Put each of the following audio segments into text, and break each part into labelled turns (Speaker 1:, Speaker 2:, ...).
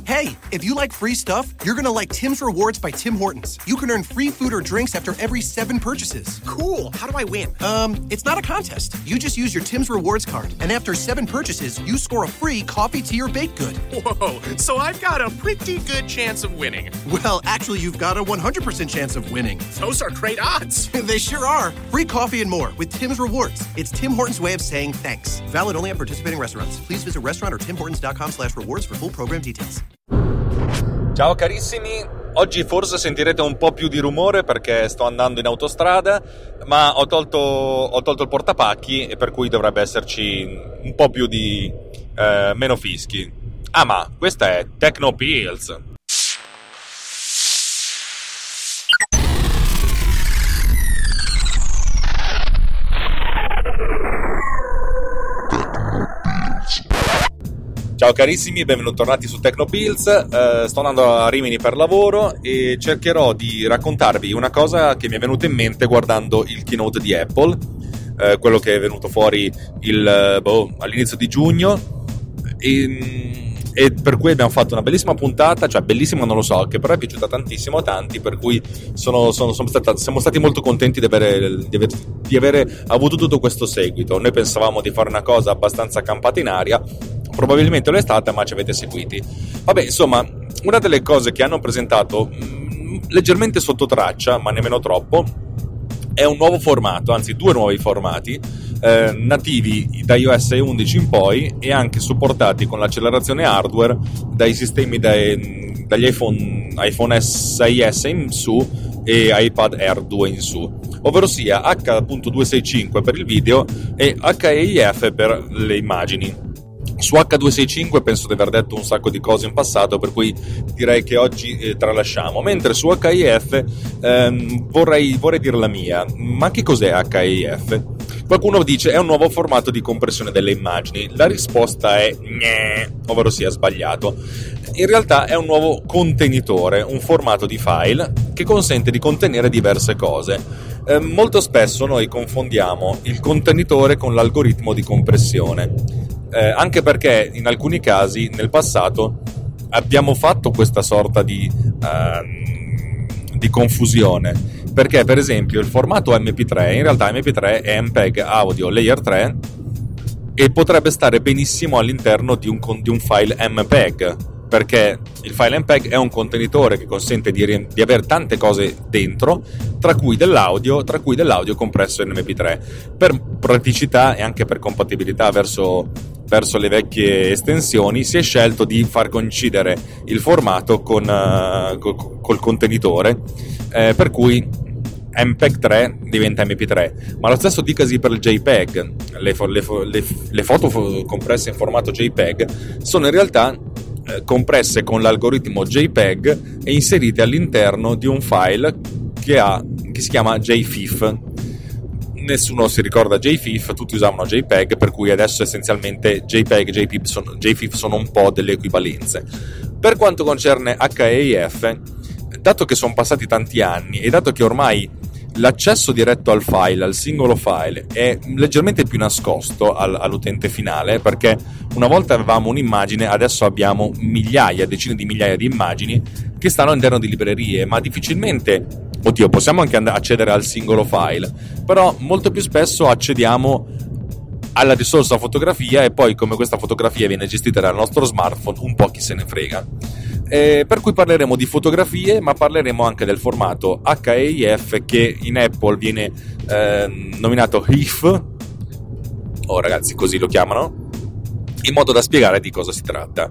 Speaker 1: Hey, if you like free stuff, you're gonna like Tim's Rewards by Tim Hortons. You can earn free food or drinks after every 7 purchases.
Speaker 2: Cool. How do I win?
Speaker 1: It's not a contest. You just use your Tim's Rewards card, and after 7 purchases, you score a free coffee, tea, or baked good.
Speaker 2: Whoa, so I've got a pretty good chance of winning.
Speaker 1: Well, actually, you've got a 100% chance of winning.
Speaker 2: Those are great odds.
Speaker 1: They sure are. Free coffee and more with Tim's Rewards. It's Tim Hortons' way of saying thanks. Valid only at participating restaurants. Please visit restaurant or timhortons.com/rewards for full program details.
Speaker 3: Ciao carissimi, oggi forse sentirete un po' più di rumore perché sto andando in autostrada, ma ho tolto il portapacchi e per cui dovrebbe esserci un po' più di meno fischi. Ah, ma questa è Techno Pills. Ciao carissimi, bentornati su Tecnopills. Sto andando a Rimini per lavoro e cercherò di raccontarvi una cosa che mi è venuta in mente guardando il keynote di Apple, quello che è venuto fuori all'inizio di giugno, e per cui abbiamo fatto una bellissima puntata, cioè bellissima non lo so, che però è piaciuta tantissimo a tanti, per cui siamo stati molto contenti di avere avuto tutto questo seguito. Noi pensavamo di fare una cosa abbastanza campata in aria, probabilmente lo è stata, ma ci avete seguiti. Vabbè, insomma, una delle cose che hanno presentato leggermente sotto traccia, ma nemmeno troppo, è un nuovo formato, anzi 2 nuovi formati nativi da iOS 11 in poi e anche supportati con l'accelerazione hardware dai sistemi dagli iPhone 6S in su e iPad Air 2 in su, ovvero sia H.265 per il video e HEIF per le immagini. Su H265 penso di aver detto un sacco di cose in passato, per cui direi che oggi tralasciamo, mentre su HEIF vorrei dire la mia. Ma che cos'è HEIF? Qualcuno dice è un nuovo formato di compressione delle immagini. La risposta è ovvero sia sbagliato. In realtà è un nuovo contenitore, un formato di file che consente di contenere diverse cose. Molto spesso noi confondiamo il contenitore con l'algoritmo di compressione, anche perché in alcuni casi nel passato abbiamo fatto questa sorta di confusione, perché per esempio il formato MP3, in realtà MP3 è MPEG Audio Layer 3 e potrebbe stare benissimo all'interno di un file MPEG, perché il file MPEG è un contenitore che consente di avere tante cose dentro, tra cui dell'audio compresso in MP3. Per praticità e anche per compatibilità verso le vecchie estensioni si è scelto di far coincidere il formato col contenitore, per cui MPEG 3 diventa MP3, ma lo stesso dicasi per il JPEG. Le foto compresse in formato JPEG sono in realtà compresse con l'algoritmo JPEG e inserite all'interno di un file che si chiama JFIF. Nessuno si ricorda JFIF, tutti usavano JPEG, per cui adesso essenzialmente JPEG e JFIF sono un po' delle equivalenze. Per quanto concerne HEIF, dato che sono passati tanti anni e dato che ormai l'accesso diretto al file, al singolo file, è leggermente più nascosto all'utente finale, perché una volta avevamo un'immagine, adesso abbiamo decine di migliaia di immagini che stanno all'interno di librerie, ma difficilmente, possiamo anche accedere al singolo file, però molto più spesso accediamo alla risorsa fotografia e poi, come questa fotografia viene gestita dal nostro smartphone, un po' chi se ne frega. Per cui parleremo di fotografie, ma parleremo anche del formato HEIF, che in Apple viene nominato HEIF, ragazzi così lo chiamano, in modo da spiegare di cosa si tratta.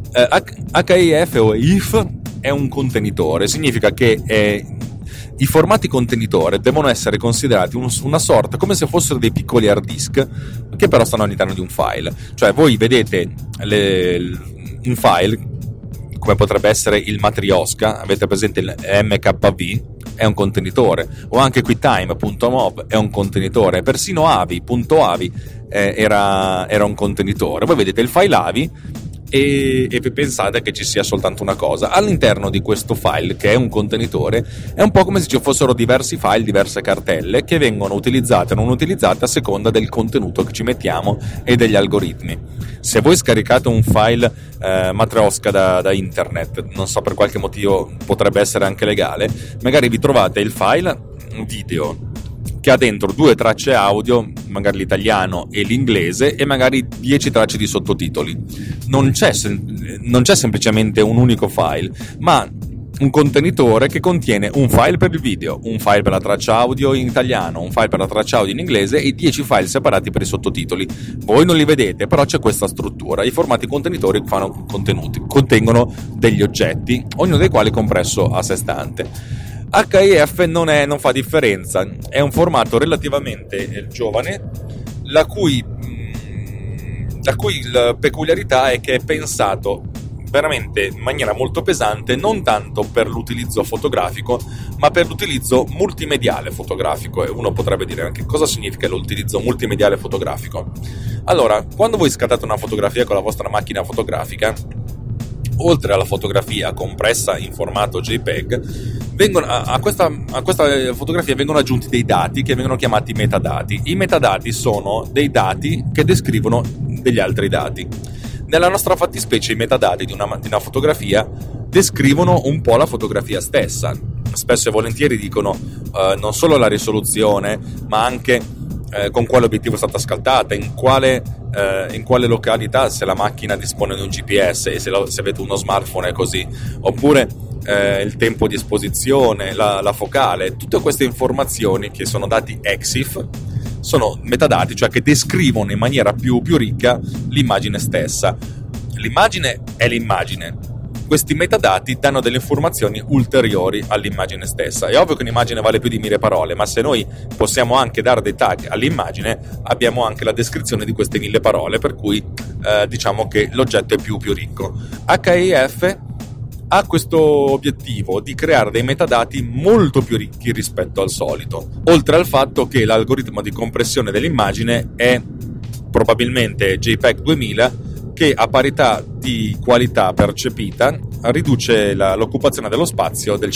Speaker 3: HEIF o HEIF è un contenitore, significa che i formati contenitore devono essere considerati una sorta, come se fossero dei piccoli hard disk che però stanno all'interno di un file. Cioè voi vedete un file come potrebbe essere il Matryoshka, avete presente il MKV, è un contenitore, o anche QuickTime.mov è un contenitore, persino AVI.avi era un contenitore. Voi vedete il file AVI, e pensate che ci sia soltanto una cosa. All'interno di questo file, che è un contenitore, è un po' come se ci fossero diversi file, diverse cartelle che vengono utilizzate o non utilizzate a seconda del contenuto che ci mettiamo e degli algoritmi. Se voi scaricate un file Matryoshka da internet, non so, per qualche motivo potrebbe essere anche legale, magari vi trovate il file video che ha dentro 2 tracce audio, magari l'italiano e l'inglese, e magari 10 tracce di sottotitoli. Non c'è semplicemente un unico file, ma un contenitore che contiene un file per il video, un file per la traccia audio in italiano, un file per la traccia audio in inglese e 10 file separati per i sottotitoli. Voi non li vedete, però c'è questa struttura. I formati contenitori contengono degli oggetti, ognuno dei quali compresso a sé stante. HEF non fa differenza, è un formato relativamente giovane, la cui peculiarità è che è pensato veramente in maniera molto pesante, non tanto per l'utilizzo fotografico, ma per l'utilizzo multimediale fotografico. E uno potrebbe dire anche cosa significa l'utilizzo multimediale fotografico. Allora, quando voi scattate una fotografia con la vostra macchina fotografica, oltre alla fotografia compressa in formato JPEG, a questa fotografia vengono aggiunti dei dati che vengono chiamati metadati. I metadati sono dei dati che descrivono degli altri dati. Nella nostra fattispecie i metadati di una fotografia descrivono un po' la fotografia stessa. Spesso e volentieri dicono non solo la risoluzione, ma anche con quale obiettivo è stata scattata, in quale località, se la macchina dispone di un GPS e se avete uno smartphone è così, oppure il tempo di esposizione, la focale. Tutte queste informazioni, che sono dati EXIF, sono metadati, cioè che descrivono in maniera più ricca l'immagine stessa. L'immagine è l'immagine. Questi metadati danno delle informazioni ulteriori all'immagine stessa. È ovvio che un'immagine vale più di 1000 parole, ma se noi possiamo anche dare dei tag all'immagine, abbiamo anche la descrizione di queste 1000 parole, per cui diciamo che l'oggetto è più ricco. HEF ha questo obiettivo di creare dei metadati molto più ricchi rispetto al solito, oltre al fatto che l'algoritmo di compressione dell'immagine è probabilmente JPEG 2000, che a parità di qualità percepita riduce l'occupazione dello spazio del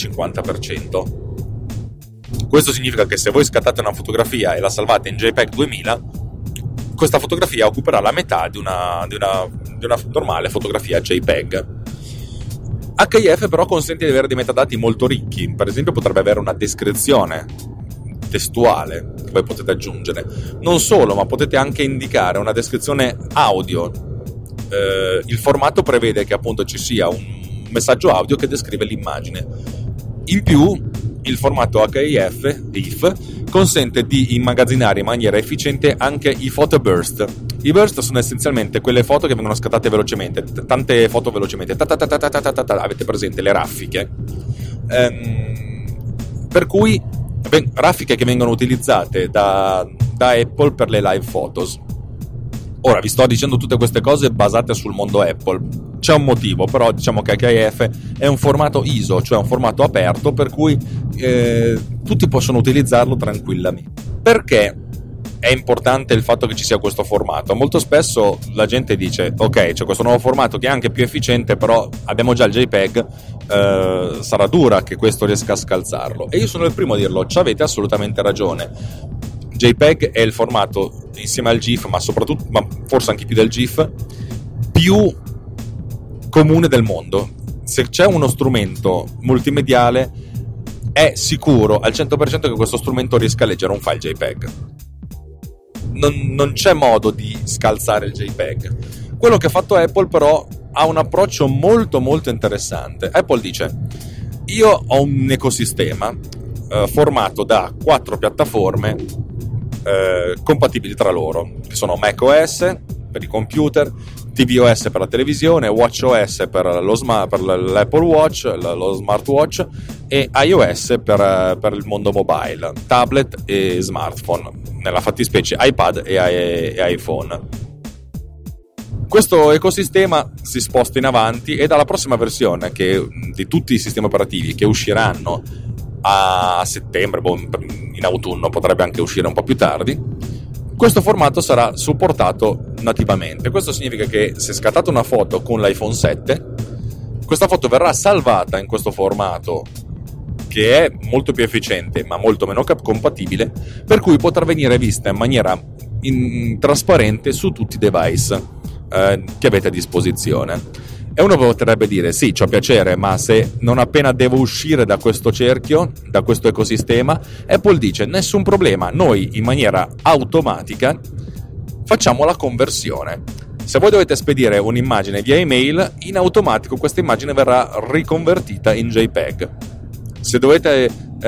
Speaker 3: 50%. Questo significa che se voi scattate una fotografia e la salvate in JPEG 2000, questa fotografia occuperà la metà di una normale fotografia JPEG. HEF però consente di avere dei metadati molto ricchi. Per esempio potrebbe avere una descrizione testuale che voi potete aggiungere. Non solo, ma potete anche indicare una descrizione audio. Il formato prevede che appunto ci sia un messaggio audio che descrive l'immagine. In più, il formato HEF consente di immagazzinare in maniera efficiente anche i photo burst. I burst sono essenzialmente quelle foto che vengono scattate velocemente, tante foto velocemente. Avete presente le raffiche? Per cui raffiche che vengono utilizzate da Apple per le live photos. Ora vi sto dicendo tutte queste cose basate sul mondo Apple. C'è un motivo, però diciamo che HEF è un formato ISO, cioè un formato aperto, per cui tutti possono utilizzarlo tranquillamente. Perché è importante il fatto che ci sia questo formato? Molto spesso la gente dice ok, c'è questo nuovo formato che è anche più efficiente, però abbiamo già il JPEG, sarà dura che questo riesca a scalzarlo. E io sono il primo a dirlo, ci avete assolutamente ragione. JPEG è il formato, insieme al GIF, ma forse anche più del GIF, più comune del mondo. Se c'è uno strumento multimediale, è sicuro al 100% che questo strumento riesca a leggere un file JPEG. Non c'è modo di scalzare il JPEG. Quello che ha fatto Apple però ha un approccio molto molto interessante. Apple dice: io ho un ecosistema formato da 4 piattaforme compatibili tra loro, che sono macOS per i computer, tvOS per la televisione, watchOS per l'Apple Watch, lo smartwatch, e iOS per il mondo mobile, tablet e smartphone, nella fattispecie iPad e iPhone. Questo ecosistema si sposta in avanti e dalla prossima versione di tutti i sistemi operativi che usciranno a settembre, in autunno, potrebbe anche uscire un po' più tardi, questo formato sarà supportato nativamente. Questo significa che se scattate una foto con l'iPhone 7, questa foto verrà salvata in questo formato, che è molto più efficiente ma molto meno compatibile, per cui potrà venire vista in maniera trasparente su tutti i device che avete a disposizione. E uno potrebbe dire: sì, c'ho piacere, ma se non appena devo uscire da questo cerchio, da questo ecosistema, Apple dice: nessun problema, noi in maniera automatica facciamo la conversione. Se voi dovete spedire un'immagine via email, in automatico questa immagine verrà riconvertita in JPEG. Se dovete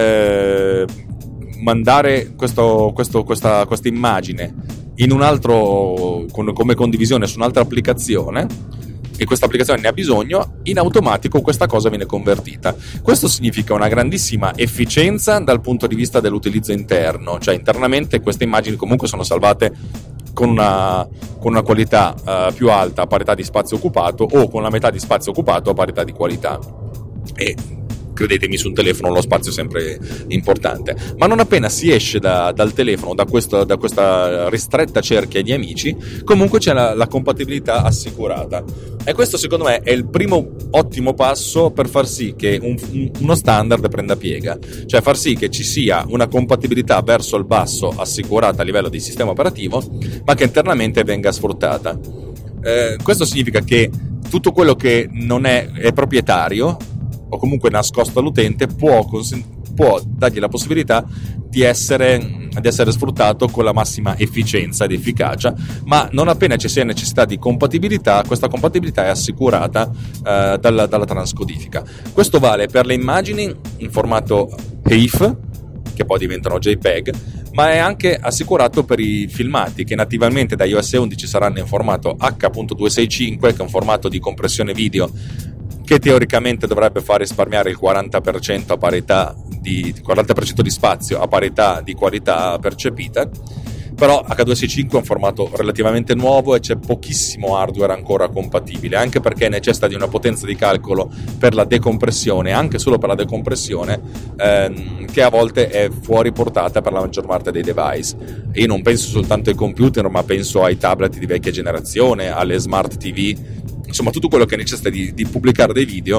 Speaker 3: mandare questa immagine in un altro, come condivisione su un'altra applicazione, e questa applicazione ne ha bisogno, in automatico questa cosa viene convertita. Questo significa una grandissima efficienza dal punto di vista dell'utilizzo interno, cioè internamente queste immagini comunque sono salvate con una qualità più alta a parità di spazio occupato, o con la metà di spazio occupato a parità di qualità. E credetemi, su un telefono lo spazio è sempre importante, ma non appena si esce dal telefono, da questa ristretta cerchia di amici, comunque c'è la compatibilità assicurata. E questo secondo me è il primo ottimo passo per far sì che uno standard prenda piega, cioè far sì che ci sia una compatibilità verso il basso assicurata a livello di sistema operativo, ma che internamente venga sfruttata. Questo significa che tutto quello che non è proprietario o comunque nascosto all'utente può dargli la possibilità di essere sfruttato con la massima efficienza ed efficacia, ma non appena ci sia necessità di compatibilità, questa compatibilità è assicurata dalla transcodifica. Questo vale per le immagini in formato PAIF, che poi diventano JPEG, ma è anche assicurato per i filmati che nativamente da iOS 11 saranno in formato H.265, che è un formato di compressione video che teoricamente dovrebbe far risparmiare il 40% a parità di 40% di spazio a parità di qualità percepita. Però H265 è un formato relativamente nuovo e c'è pochissimo hardware ancora compatibile, anche perché necessita di una potenza di calcolo per la decompressione, anche solo per la decompressione, che a volte è fuori portata per la maggior parte dei device. E io non penso soltanto ai computer, ma penso ai tablet di vecchia generazione, alle smart TV, insomma tutto quello che necessita di pubblicare dei video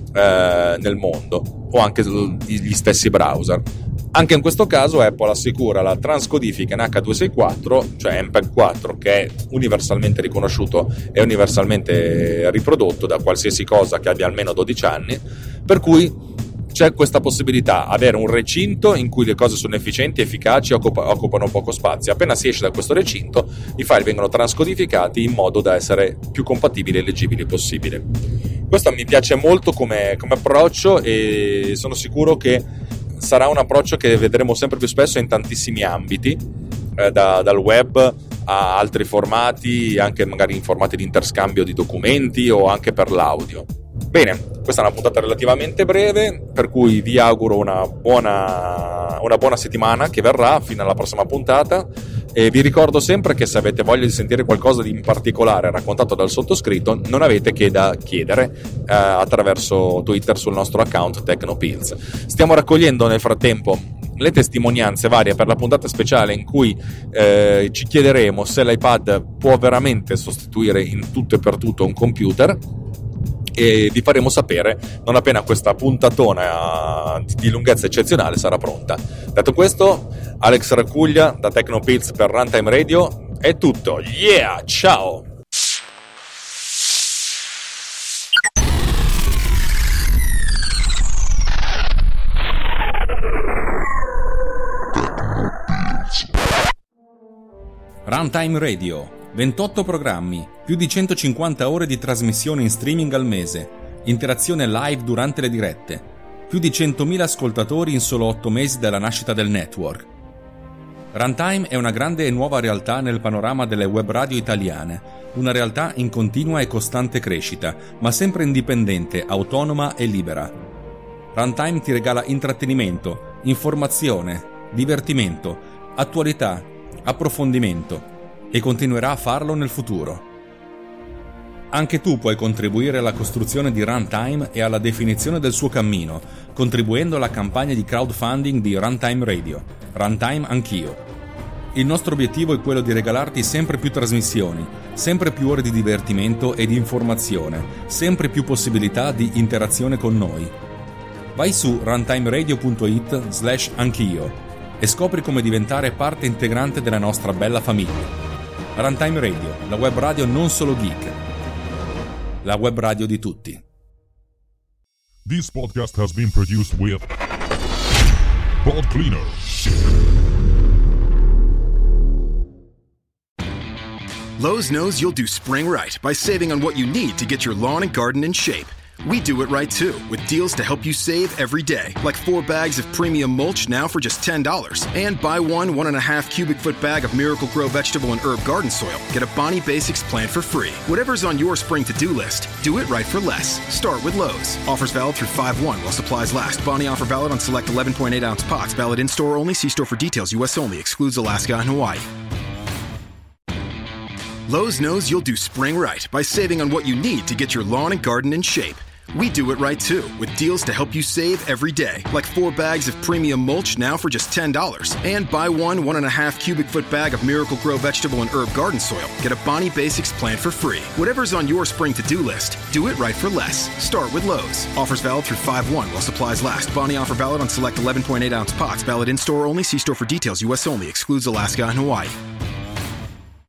Speaker 3: nel mondo, o anche gli stessi browser. Anche in questo caso Apple assicura la transcodifica in H264, cioè MPEG 4, che è universalmente riconosciuto e universalmente riprodotto da qualsiasi cosa che abbia almeno 12 anni, per cui c'è questa possibilità, avere un recinto in cui le cose sono efficienti, efficaci, occupano poco spazio. Appena si esce da questo recinto, i file vengono transcodificati in modo da essere più compatibili e leggibili possibile. Questo mi piace molto come approccio, e sono sicuro che sarà un approccio che vedremo sempre più spesso in tantissimi ambiti, dal web a altri formati, anche magari in formati di interscambio di documenti o anche per l'audio. Bene, questa è una puntata relativamente breve, per cui vi auguro una buona settimana che verrà fino alla prossima puntata, e vi ricordo sempre che se avete voglia di sentire qualcosa di in particolare raccontato dal sottoscritto, non avete che da chiedere attraverso Twitter sul nostro account TechnoPills. Stiamo raccogliendo nel frattempo le testimonianze varie per la puntata speciale in cui ci chiederemo se l'iPad può veramente sostituire in tutto e per tutto un computer, e vi faremo sapere non appena questa puntatona di lunghezza eccezionale sarà pronta. Detto questo, Alex Raccuglia da TechnoPills per Runtime Radio è tutto. Yeah, ciao!
Speaker 4: Runtime Radio, 28 programmi, più di 150 ore di trasmissione in streaming al mese, interazione live durante le dirette, più di 100.000 ascoltatori in solo 8 mesi dalla nascita del network. Runtime è una grande e nuova realtà nel panorama delle web radio italiane, una realtà in continua e costante crescita, ma sempre indipendente, autonoma e libera. Runtime ti regala intrattenimento, informazione, divertimento, attualità, approfondimento, e continuerà a farlo nel futuro. Anche tu puoi contribuire alla costruzione di Runtime e alla definizione del suo cammino, contribuendo alla campagna di crowdfunding di Runtime Radio. Runtime Anch'io. Il nostro obiettivo è quello di regalarti sempre più trasmissioni, sempre più ore di divertimento e di informazione, sempre più possibilità di interazione con noi. Vai su runtimeradio.it/anch'io e scopri come diventare parte integrante della nostra bella famiglia. Runtime Radio, la web radio non solo geek, la web radio di tutti.
Speaker 5: This podcast has been produced with Pod Cleaner.
Speaker 6: Lowe's knows you'll do spring right by saving on what you need to get your lawn and garden in shape. We do it right too, with deals to help you save every day, like 4 bags of premium mulch now for just $10. And buy 1.5 cubic foot bag of Miracle-Gro vegetable and herb garden soil. Get a Bonnie Basics plant for free. Whatever's on your spring to-do list, do it right for less. Start with Lowe's. Offers valid through 5/1 while supplies last. Bonnie offer valid on select 11.8-ounce pots. Valid in-store only. See store for details. U.S. only. Excludes Alaska and Hawaii. Lowe's knows you'll do spring right by saving on what you need to get your lawn and garden in shape. We do it right too, with deals to help you save every day, like 4 bags of premium mulch now for just $10. And buy 1.5 cubic foot bag of Miracle-Gro vegetable and herb garden soil. Get a Bonnie Basics plant for free. Whatever's on your spring to-do list, do it right for less. Start with Lowe's. Offers valid through 5/1 while supplies last. Bonnie offer valid on select 11.8-ounce pots. Valid in-store only. See store for details. U.S. only. Excludes Alaska and Hawaii.